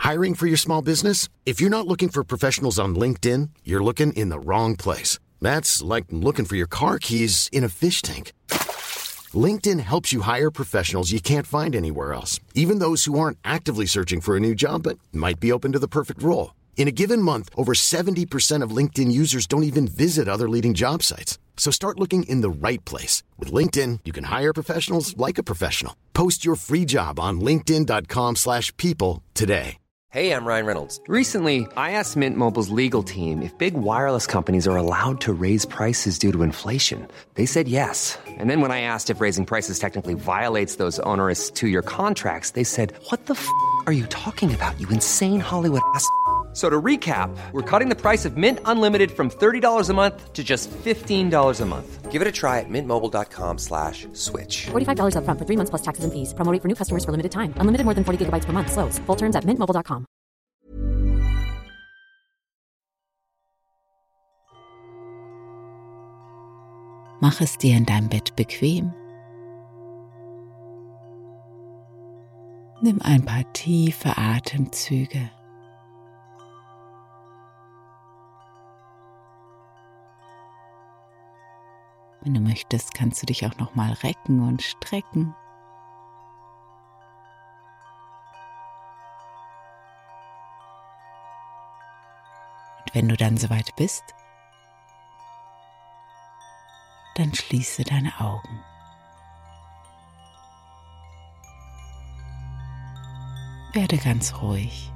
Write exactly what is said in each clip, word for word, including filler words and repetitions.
Hiring for your small business? If you're not looking for professionals on LinkedIn, you're looking in the wrong place. That's like looking for your car keys in a fish tank. LinkedIn helps you hire professionals you can't find anywhere else, even those who aren't actively searching for a new job but might be open to the perfect role. In a given month, over seventy percent of LinkedIn users don't even visit other leading job sites. So start looking in the right place. With LinkedIn, you can hire professionals like a professional. Post your free job on linkedin dot com slash people today. Hey, I'm Ryan Reynolds. Recently, I asked Mint Mobile's legal team if big wireless companies are allowed to raise prices due to inflation. They said yes. And then when I asked if raising prices technically violates those onerous two-year contracts, they said, what the f*** are you talking about, you insane Hollywood ass f- So to recap, we're cutting the price of Mint Unlimited from thirty dollars a month to just fifteen dollars a month. Give it a try at mintmobile.com slash switch. forty-five dollars up front for three months plus taxes and fees. Promo rate for new customers for limited time. Unlimited more than forty gigabytes per month. Slows full terms at mint mobile dot com. Mach es dir in deinem Bett bequem. Nimm ein paar tiefe Atemzüge. Wenn du möchtest, kannst du dich auch noch mal recken und strecken. Und wenn du dann soweit bist, dann schließe deine Augen. Werde ganz ruhig.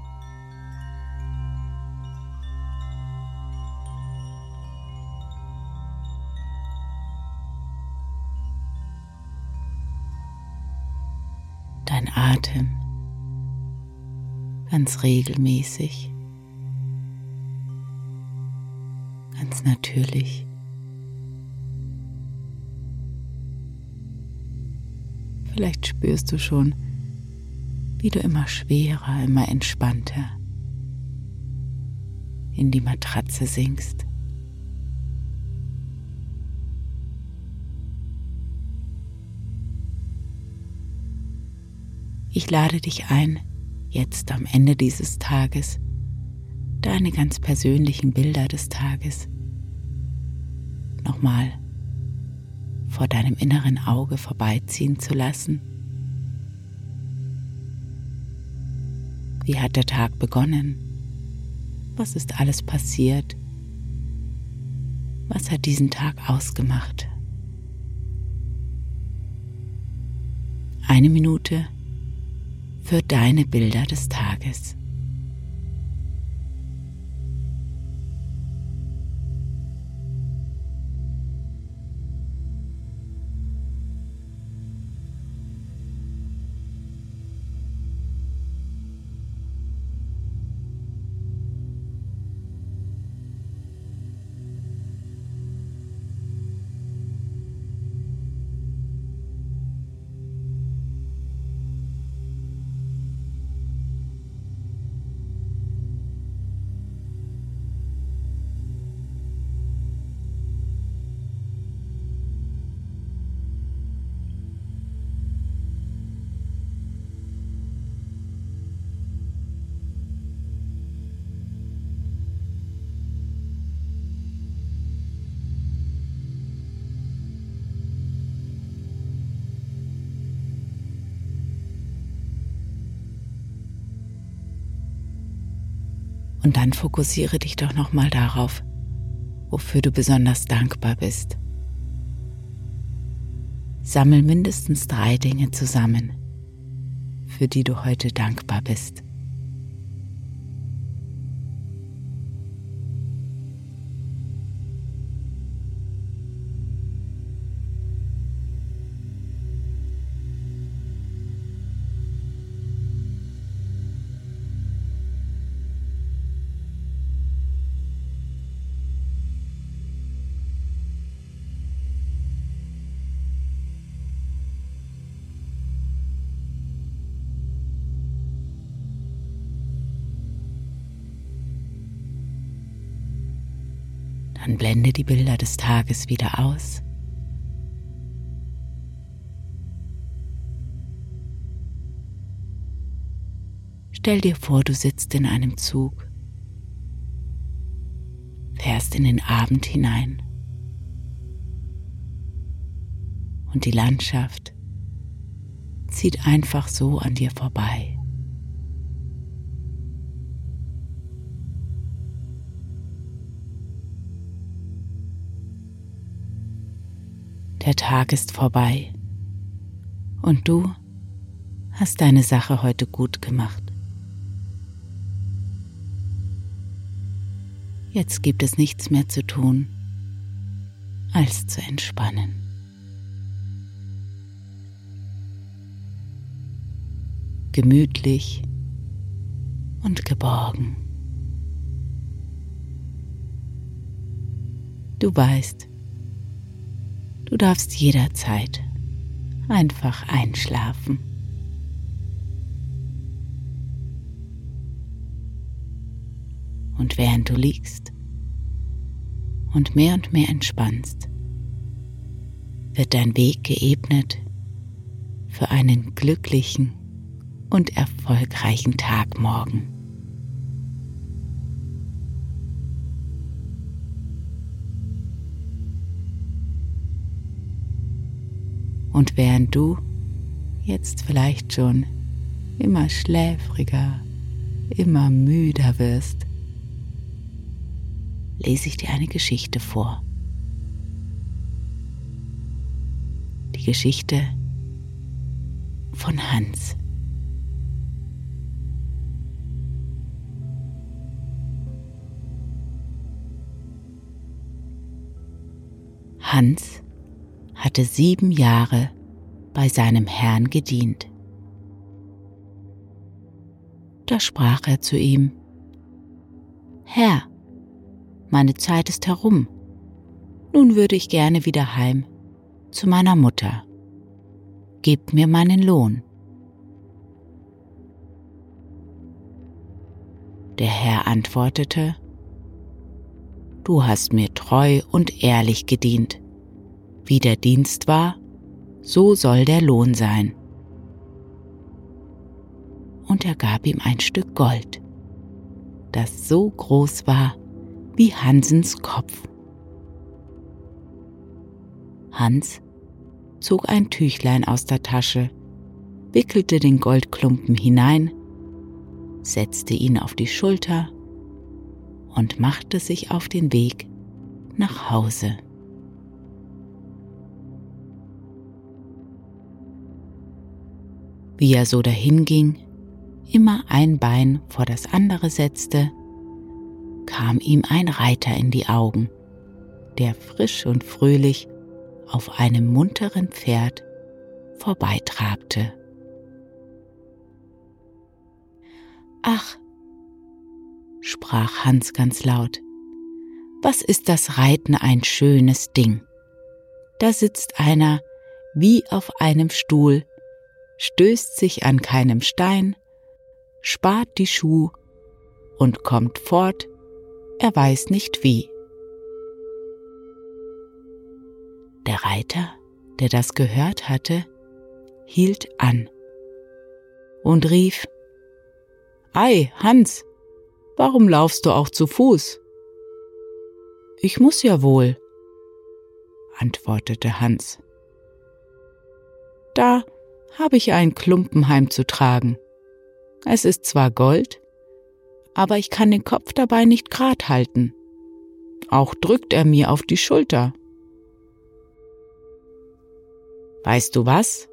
Dein Atem ganz regelmäßig, ganz natürlich. Vielleicht spürst du schon, wie du immer schwerer, immer entspannter in die Matratze sinkst. Ich lade dich ein, jetzt am Ende dieses Tages deine ganz persönlichen Bilder des Tages nochmal vor deinem inneren Auge vorbeiziehen zu lassen. Wie hat der Tag begonnen? Was ist alles passiert? Was hat diesen Tag ausgemacht? Eine Minute für deine Bilder des Tages. Und dann fokussiere dich doch nochmal darauf, wofür du besonders dankbar bist. Sammel mindestens drei Dinge zusammen, für die du heute dankbar bist. Dann blende die Bilder des Tages wieder aus. Stell dir vor, du sitzt in einem Zug, fährst in den Abend hinein und die Landschaft zieht einfach so an dir vorbei. Der Tag ist vorbei und du hast deine Sache heute gut gemacht. Jetzt gibt es nichts mehr zu tun, als zu entspannen. Gemütlich und geborgen. Du weißt, du darfst jederzeit einfach einschlafen. Und während du liegst und mehr und mehr entspannst, wird dein Weg geebnet für einen glücklichen und erfolgreichen Tag morgen. Und während du jetzt vielleicht schon immer schläfriger, immer müder wirst, lese ich dir eine Geschichte vor. Die Geschichte von Hans. Hans hatte sieben Jahre bei seinem Herrn gedient. Da sprach er zu ihm: Herr, meine Zeit ist herum. Nun würde ich gerne wieder heim zu meiner Mutter. Gib mir meinen Lohn. Der Herr antwortete: Du hast mir treu und ehrlich gedient. Wie der Dienst war, so soll der Lohn sein. Und er gab ihm ein Stück Gold, das so groß war wie Hansens Kopf. Hans zog ein Tüchlein aus der Tasche, wickelte den Goldklumpen hinein, setzte ihn auf die Schulter und machte sich auf den Weg nach Hause. Wie er so dahinging, immer ein Bein vor das andere setzte, kam ihm ein Reiter in die Augen, der frisch und fröhlich auf einem munteren Pferd vorbeitrabte. »Ach«, sprach Hans ganz laut, »was ist das Reiten ein schönes Ding! Da sitzt einer wie auf einem Stuhl, stößt sich an keinem Stein, spart die Schuh und kommt fort, er weiß nicht wie.« Der Reiter, der das gehört hatte, hielt an und rief: »Ei, Hans, warum laufst du auch zu Fuß?« »Ich muss ja wohl«, antwortete Hans. »Da habe ich einen Klumpen heimzutragen. Es ist zwar Gold, aber ich kann den Kopf dabei nicht grad halten. Auch drückt er mir auf die Schulter.« »Weißt du was?«,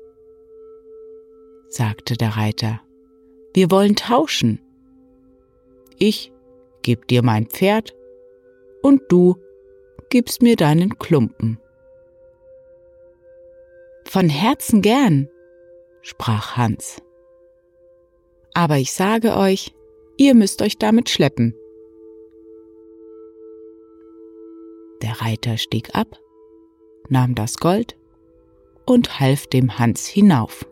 sagte der Reiter, »wir wollen tauschen. Ich geb dir mein Pferd und du gibst mir deinen Klumpen.« »Von Herzen gern«, sprach Hans. »Aber ich sage euch, ihr müsst euch damit schleppen.« Der Reiter stieg ab, nahm das Gold und half dem Hans hinauf.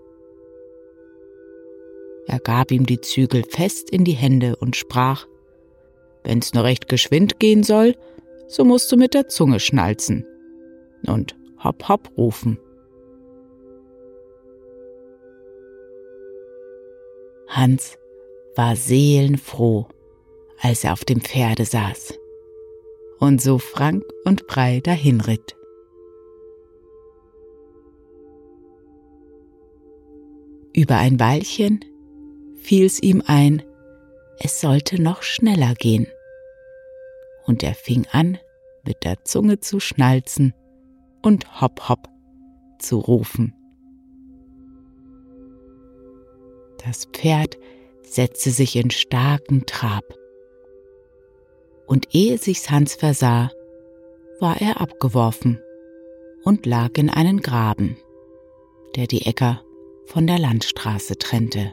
Er gab ihm die Zügel fest in die Hände und sprach: »Wenn's nur recht geschwind gehen soll, so musst du mit der Zunge schnalzen und hopp hopp rufen.« Hans war seelenfroh, als er auf dem Pferde saß und so frank und frei dahinritt. Über ein Weilchen fiel's ihm ein, es sollte noch schneller gehen, und er fing an, mit der Zunge zu schnalzen und hopp hopp zu rufen. Das Pferd setzte sich in starken Trab, und ehe sich's Hans versah, war er abgeworfen und lag in einen Graben, der die Äcker von der Landstraße trennte.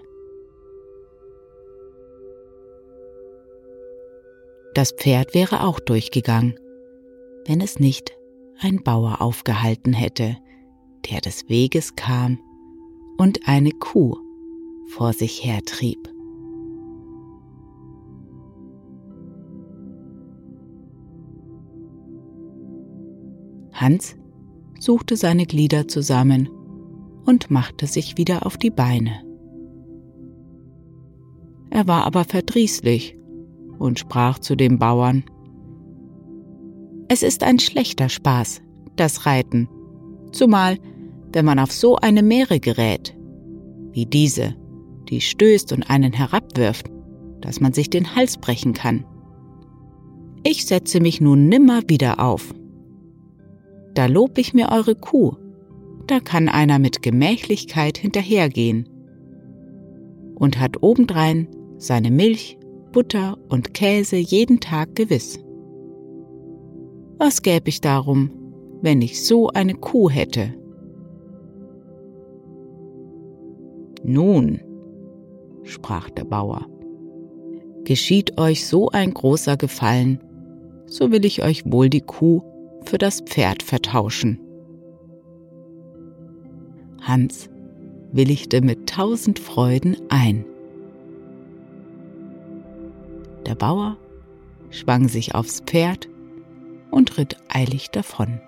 Das Pferd wäre auch durchgegangen, wenn es nicht ein Bauer aufgehalten hätte, der des Weges kam und eine Kuh vor sich hertrieb. Hans suchte seine Glieder zusammen und machte sich wieder auf die Beine. Er war aber verdrießlich und sprach zu dem Bauern: »Es ist ein schlechter Spaß, das Reiten, zumal wenn man auf so eine Mähre gerät, wie diese, die stößt und einen herabwirft, dass man sich den Hals brechen kann. Ich setze mich nun nimmer wieder auf. Da lob ich mir eure Kuh, da kann einer mit Gemächlichkeit hinterhergehen und hat obendrein seine Milch, Butter und Käse jeden Tag gewiss. Was gäb ich darum, wenn ich so eine Kuh hätte?« »Nun«, sprach der Bauer, »geschieht euch so ein großer Gefallen, so will ich euch wohl die Kuh für das Pferd vertauschen.« Hans willigte mit tausend Freuden ein. Der Bauer schwang sich aufs Pferd und ritt eilig davon.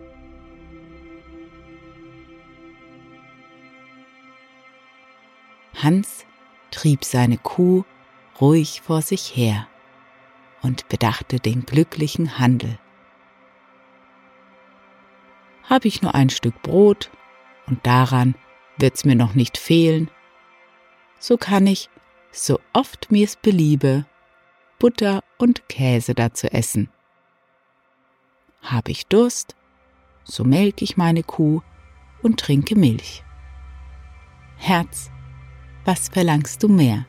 Hans trieb seine Kuh ruhig vor sich her und bedachte den glücklichen Handel. »Hab ich nur ein Stück Brot, und daran wird's mir noch nicht fehlen, so kann ich, so oft mir's beliebe, Butter und Käse dazu essen. Hab ich Durst, so melk ich meine Kuh und trinke Milch. Herz, was verlangst du mehr?«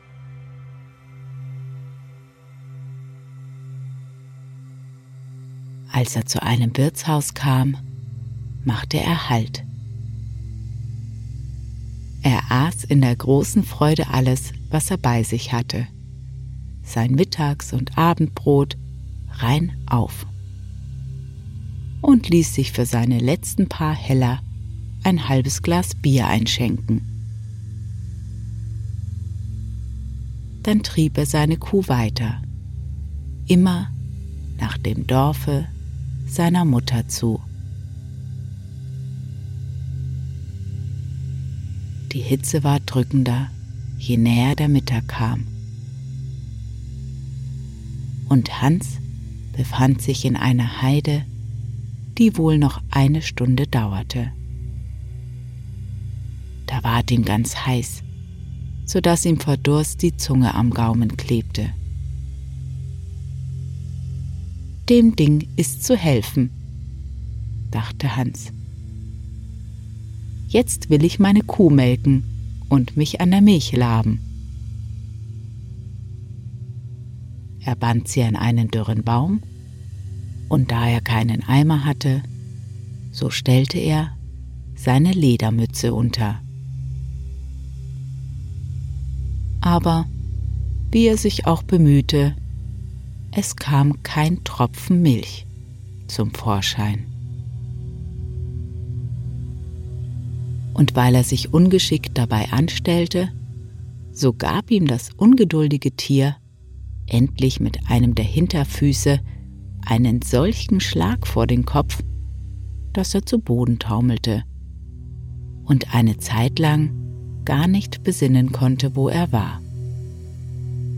Als er zu einem Wirtshaus kam, machte er Halt. Er aß in der großen Freude alles, was er bei sich hatte, sein Mittags- und Abendbrot rein auf, und ließ sich für seine letzten paar Heller ein halbes Glas Bier einschenken. Dann trieb er seine Kuh weiter, immer nach dem Dorfe seiner Mutter zu. Die Hitze war drückender, je näher der Mittag kam. Und Hans befand sich in einer Heide, die wohl noch eine Stunde dauerte. Da ward ihm ganz heiß, so dass ihm vor Durst die Zunge am Gaumen klebte. »Dem Ding ist zu helfen«, dachte Hans. »Jetzt will ich meine Kuh melken und mich an der Milch laben.« Er band sie an einen dürren Baum, und da er keinen Eimer hatte, so stellte er seine Ledermütze unter. Aber wie er sich auch bemühte, es kam kein Tropfen Milch zum Vorschein. Und weil er sich ungeschickt dabei anstellte, so gab ihm das ungeduldige Tier endlich mit einem der Hinterfüße einen solchen Schlag vor den Kopf, dass er zu Boden taumelte und eine Zeit lang gar nicht besinnen konnte, wo er war.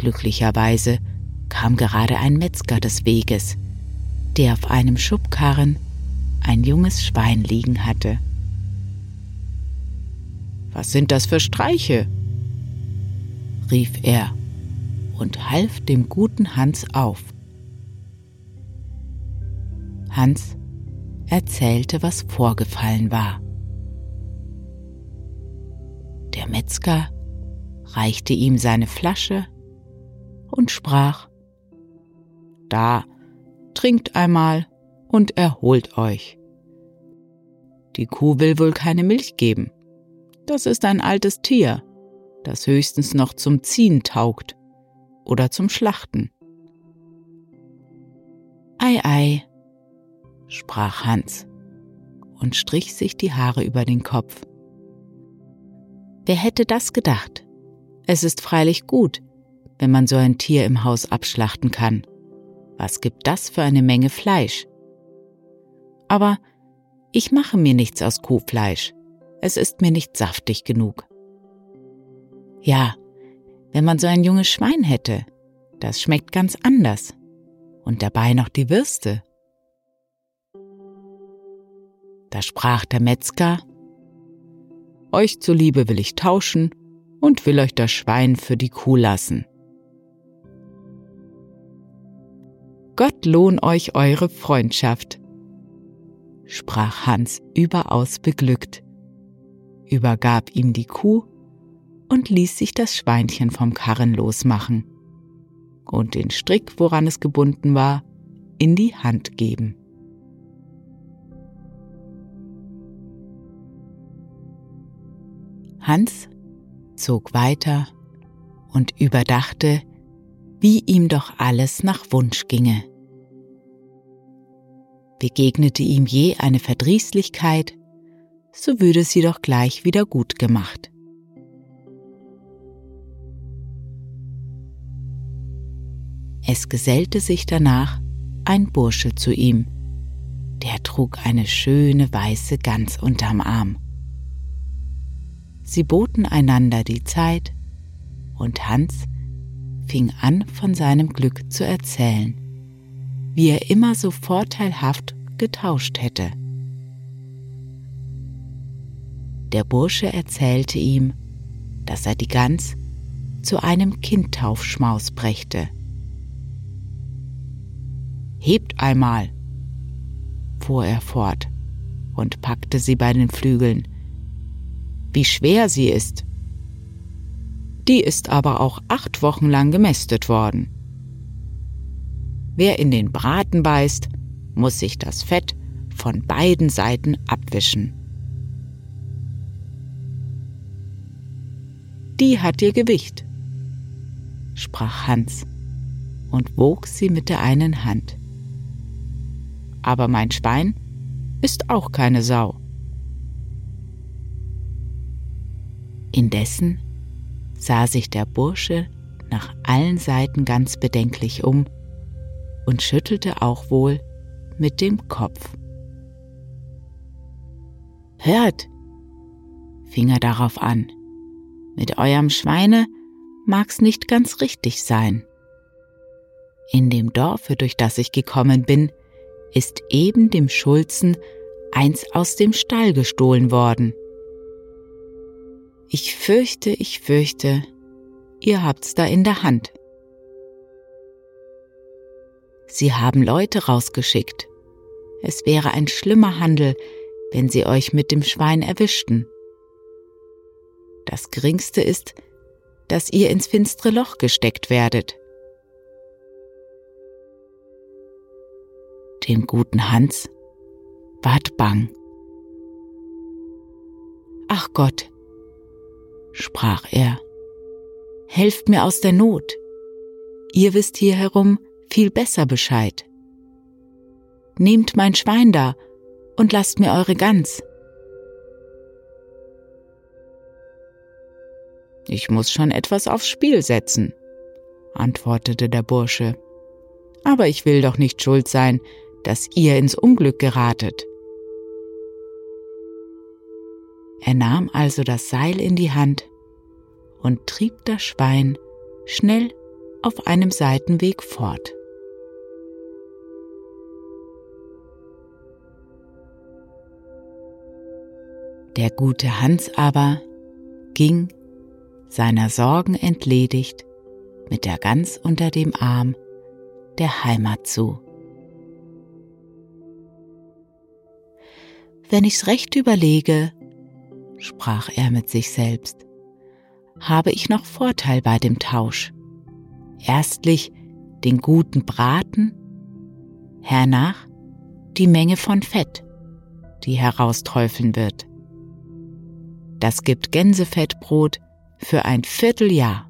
Glücklicherweise kam gerade ein Metzger des Weges, der auf einem Schubkarren ein junges Schwein liegen hatte. »Was sind das für Streiche?« rief er und half dem guten Hans auf. Hans erzählte, was vorgefallen war. Der Metzger reichte ihm seine Flasche und sprach: »Da, trinkt einmal und erholt euch. Die Kuh will wohl keine Milch geben. Das ist ein altes Tier, das höchstens noch zum Ziehen taugt oder zum Schlachten.« »Ei, ei«, sprach Hans und strich sich die Haare über den Kopf. »Wer hätte das gedacht? Es ist freilich gut, wenn man so ein Tier im Haus abschlachten kann. Was gibt das für eine Menge Fleisch? Aber ich mache mir nichts aus Kuhfleisch. Es ist mir nicht saftig genug. Ja, wenn man so ein junges Schwein hätte, das schmeckt ganz anders. Und dabei noch die Würste.« Da sprach der Metzger: »Euch zuliebe will ich tauschen und will euch das Schwein für die Kuh lassen.« »Gott lohn euch eure Freundschaft«, sprach Hans überaus beglückt, übergab ihm die Kuh und ließ sich das Schweinchen vom Karren losmachen und den Strick, woran es gebunden war, in die Hand geben. Hans zog weiter und überdachte, wie ihm doch alles nach Wunsch ginge. Begegnete ihm je eine Verdrießlichkeit, so würde sie doch gleich wieder gut gemacht. Es gesellte sich danach ein Bursche zu ihm, der trug eine schöne weiße Gans unterm Arm. Sie boten einander die Zeit, und Hans fing an, von seinem Glück zu erzählen, wie er immer so vorteilhaft getauscht hätte. Der Bursche erzählte ihm, dass er die Gans zu einem Kindtaufschmaus brächte. »Hebt einmal«, fuhr er fort und packte sie bei den Flügeln, »wie schwer sie ist. Die ist aber auch acht Wochen lang gemästet worden. Wer in den Braten beißt, muss sich das Fett von beiden Seiten abwischen. Die hat ihr Gewicht«, sprach Hans und wog sie mit der einen Hand. »Aber mein Schwein ist auch keine Sau.« Indessen sah sich der Bursche nach allen Seiten ganz bedenklich um und schüttelte auch wohl mit dem Kopf. »Hört«, fing er darauf an, »mit eurem Schweine mag's nicht ganz richtig sein. In dem Dorfe, durch das ich gekommen bin, ist eben dem Schulzen eins aus dem Stall gestohlen worden. Ich fürchte, ich fürchte, ihr habt's da in der Hand. Sie haben Leute rausgeschickt. Es wäre ein schlimmer Handel, wenn sie euch mit dem Schwein erwischten. Das Geringste ist, dass ihr ins finstere Loch gesteckt werdet.« Dem guten Hans ward bang. »Ach Gott«, sprach er, »helft mir aus der Not. Ihr wisst hier herum viel besser Bescheid. Nehmt mein Schwein da und lasst mir eure Gans.« »Ich muss schon etwas aufs Spiel setzen«, antwortete der Bursche, »aber ich will doch nicht schuld sein, dass ihr ins Unglück geratet.« Er nahm also das Seil in die Hand und trieb das Schwein schnell auf einem Seitenweg fort. Der gute Hans aber ging, seiner Sorgen entledigt, mit der Gans unter dem Arm der Heimat zu. Wenn ich's recht überlege, sprach er mit sich selbst, habe ich noch Vorteil bei dem Tausch. Erstlich den guten Braten, hernach die Menge von Fett, die herausträufeln wird. Das gibt Gänsefettbrot für ein Vierteljahr.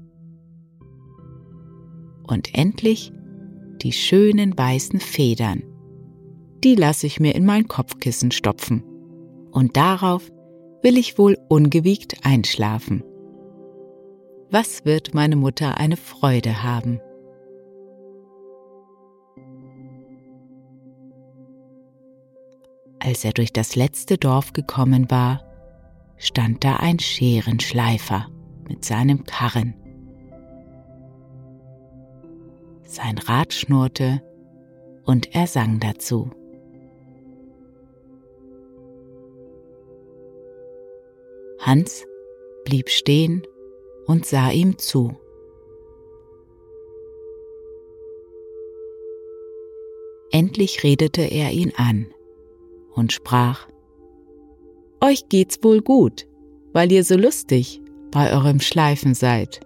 Und endlich die schönen weißen Federn, die lasse ich mir in mein Kopfkissen stopfen. Und darauf will ich wohl ungewiegt einschlafen. Was wird meine Mutter eine Freude haben? Als er durch das letzte Dorf gekommen war, stand da ein Scherenschleifer mit seinem Karren. Sein Rad schnurrte und er sang dazu. Hans blieb stehen und sah ihm zu. Endlich redete er ihn an und sprach: »Euch geht's wohl gut, weil ihr so lustig bei eurem Schleifen seid.«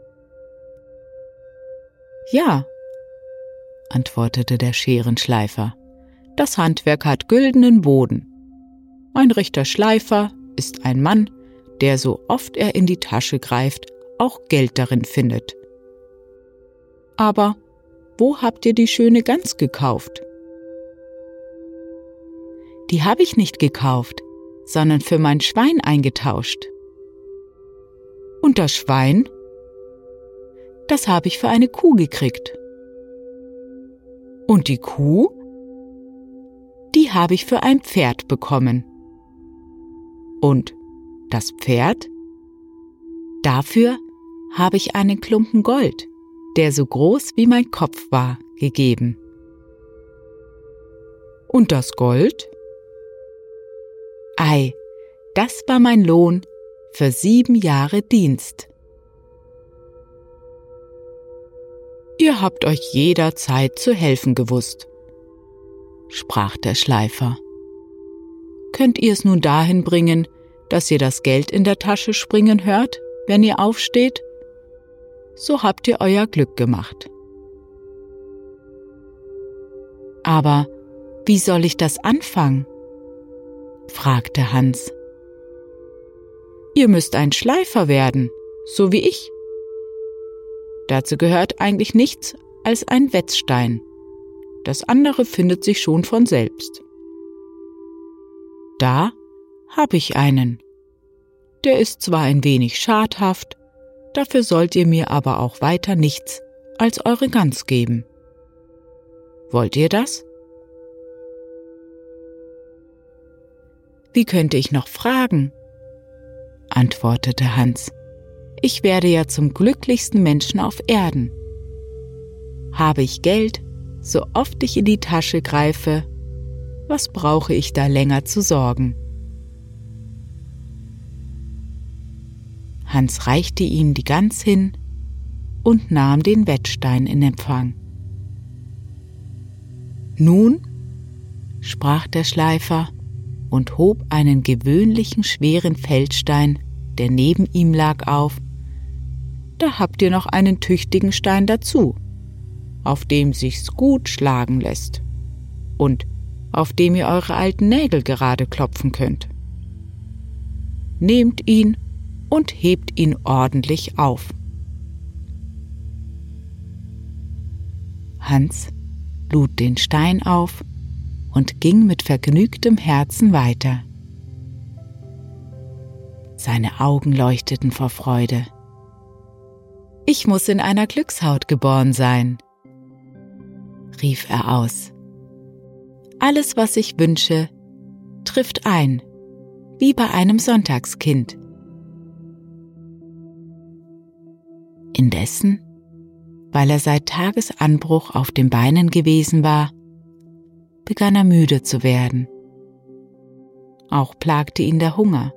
»Ja«, antwortete der Scherenschleifer, »das Handwerk hat güldenen Boden. Ein rechter Schleifer ist ein Mann, der so oft er in die Tasche greift, auch Geld darin findet. Aber wo habt ihr die schöne Gans gekauft?« »Die habe ich nicht gekauft, sondern für mein Schwein eingetauscht.« »Und das Schwein?« »Das habe ich für eine Kuh gekriegt.« »Und die Kuh?« »Die habe ich für ein Pferd bekommen.« »Und das Pferd?« »Dafür habe ich einen Klumpen Gold, der so groß wie mein Kopf war, gegeben.« »Und das Gold?« »Ei, das war mein Lohn für sieben Jahre Dienst.« »Ihr habt euch jederzeit zu helfen gewusst«, sprach der Schleifer. »Könnt ihr es nun dahin bringen, dass ihr das Geld in der Tasche springen hört, wenn ihr aufsteht? So habt ihr euer Glück gemacht.« »Aber wie soll ich das anfangen?«, fragte Hans. »Ihr müsst ein Schleifer werden, so wie ich. Dazu gehört eigentlich nichts als ein Wetzstein. Das andere findet sich schon von selbst. Da habe ich einen. Der ist zwar ein wenig schadhaft, dafür sollt ihr mir aber auch weiter nichts als eure Gans geben. Wollt ihr das?« »Wie könnte ich noch fragen?«, antwortete Hans. »Ich werde ja zum glücklichsten Menschen auf Erden. Habe ich Geld, so oft ich in die Tasche greife, was brauche ich da länger zu sorgen?« Hans reichte ihm die Gans hin und nahm den Wetzstein in Empfang. »Nun«, sprach der Schleifer und hob einen gewöhnlichen schweren Feldstein, der neben ihm lag, auf, »da habt ihr noch einen tüchtigen Stein dazu, auf dem sich's gut schlagen lässt und auf dem ihr eure alten Nägel gerade klopfen könnt. Nehmt ihn und hebt ihn ordentlich auf.« Hans lud den Stein auf und ging mit vergnügtem Herzen weiter. Seine Augen leuchteten vor Freude. »Ich muss in einer Glückshaut geboren sein«, rief er aus. »Alles, was ich wünsche, trifft ein, wie bei einem Sonntagskind.« Indessen weil er seit Tagesanbruch auf den Beinen gewesen war, begann er müde zu werden. Auch plagte ihn der Hunger,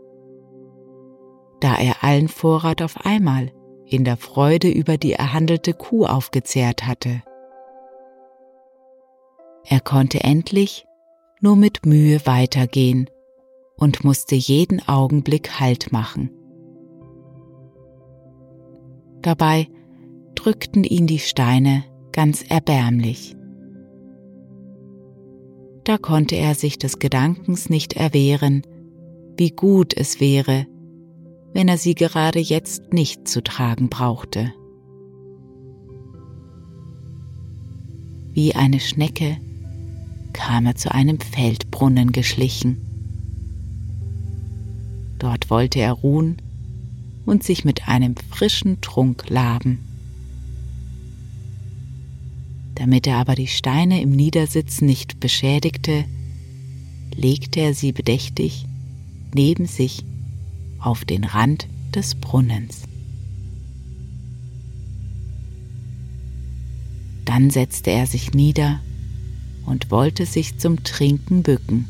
da er allen Vorrat auf einmal in der Freude über die erhandelte Kuh aufgezehrt hatte. Er konnte endlich nur mit Mühe weitergehen und musste jeden Augenblick Halt machen. Dabei drückten ihn die Steine ganz erbärmlich. Da konnte er sich des Gedankens nicht erwehren, wie gut es wäre, wenn er sie gerade jetzt nicht zu tragen brauchte. Wie eine Schnecke kam er zu einem Feldbrunnen geschlichen. Dort wollte er ruhen und sich mit einem frischen Trunk laben. Damit er aber die Steine im Niedersitzen nicht beschädigte, legte er sie bedächtig neben sich auf den Rand des Brunnens. Dann setzte er sich nieder und wollte sich zum Trinken bücken.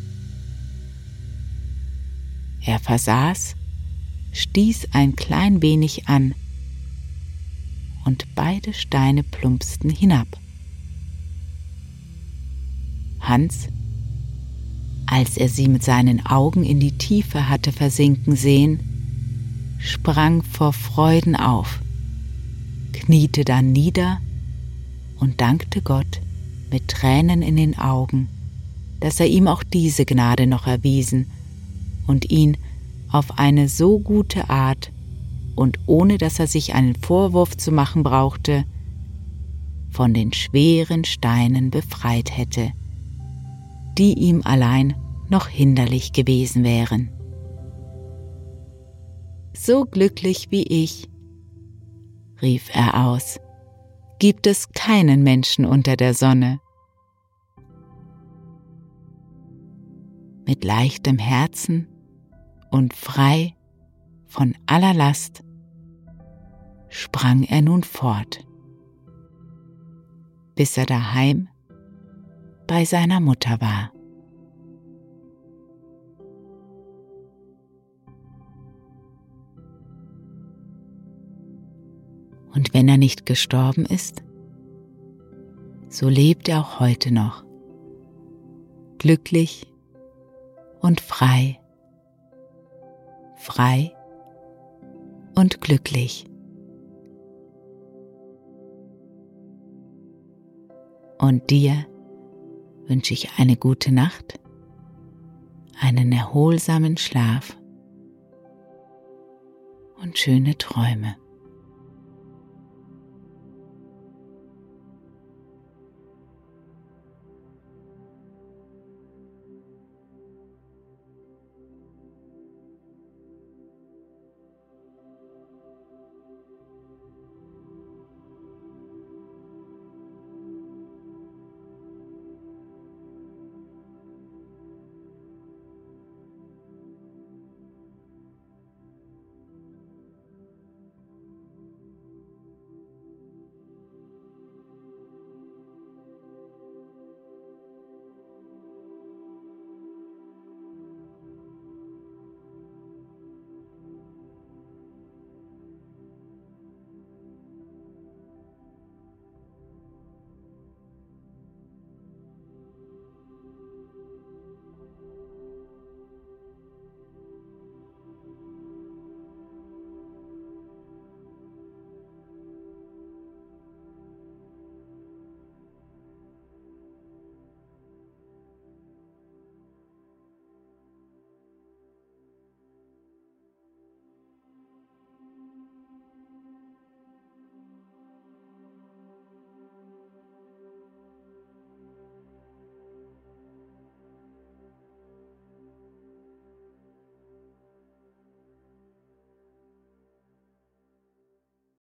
Er versaß, stieß ein klein wenig an und beide Steine plumpsten hinab. Hans, als er sie mit seinen Augen in die Tiefe hatte versinken sehen, sprang vor Freuden auf, kniete dann nieder und dankte Gott mit Tränen in den Augen, dass er ihm auch diese Gnade noch erwiesen und ihn auf eine so gute Art und ohne dass er sich einen Vorwurf zu machen brauchte, von den schweren Steinen befreit hätte, die ihm allein noch hinderlich gewesen wären. So glücklich wie ich, rief er aus, gibt es keinen Menschen unter der Sonne. Mit leichtem Herzen und frei von aller Last sprang er nun fort, bis er daheim bei seiner Mutter war. Und wenn er nicht gestorben ist, so lebt er auch heute noch, glücklich und frei, frei und glücklich. Und dir wünsche ich eine gute Nacht, einen erholsamen Schlaf und schöne Träume.